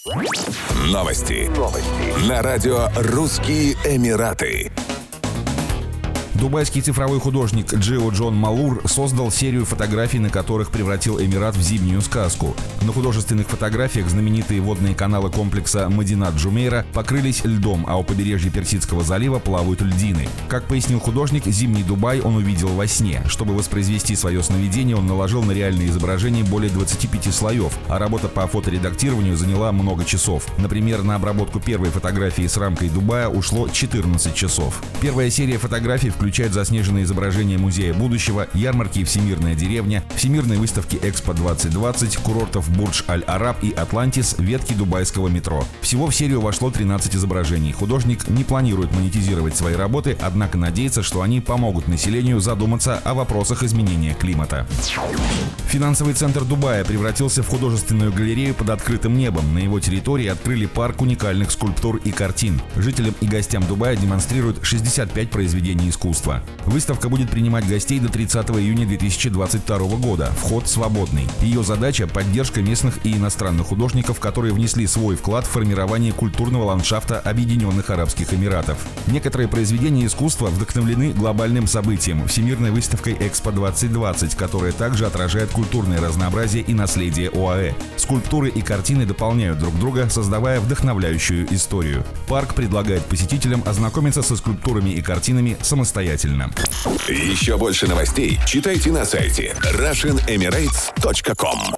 Новости. На радио «Русские Эмираты». Дубайский цифровой художник Джио Джон Малур создал серию фотографий, на которых превратил Эмират в зимнюю сказку. На художественных фотографиях знаменитые водные каналы комплекса Мадинат Джумейра покрылись льдом, а у побережья Персидского залива плавают льдины. Как пояснил художник, зимний Дубай он увидел во сне. Чтобы воспроизвести свое сновидение, он наложил на реальные изображения более 25 слоев, а работа по фоторедактированию заняла много часов. Например, на обработку первой фотографии с рамкой Дубая ушло 14 часов. Первая серия фотографий включает заснеженные изображения Музея будущего, ярмарки «Всемирная деревня», Всемирной выставки «Экспо-2020», курортов Бурдж-Аль-Араб и «Атлантис», ветки дубайского метро. Всего в серию вошло 13 изображений. Художник не планирует монетизировать свои работы, однако надеется, что они помогут населению задуматься о вопросах изменения климата. Финансовый центр Дубая превратился в художественную галерею под открытым небом. На его территории открыли парк уникальных скульптур и картин. Жителям и гостям Дубая демонстрируют 65 произведений искусства. Выставка будет принимать гостей до 30 июня 2022 года. Вход свободный. Ее задача – поддержка местных и иностранных художников, которые внесли свой вклад в формирование культурного ландшафта Объединенных Арабских Эмиратов. Некоторые произведения искусства вдохновлены глобальным событием – Всемирной выставкой «Экспо-2020», которая также отражает культурное разнообразие и наследие ОАЭ. Скульптуры и картины дополняют друг друга, создавая вдохновляющую историю. Парк предлагает посетителям ознакомиться со скульптурами и картинами самостоятельно. Еще больше новостей читайте на сайте RussianEmirates.com.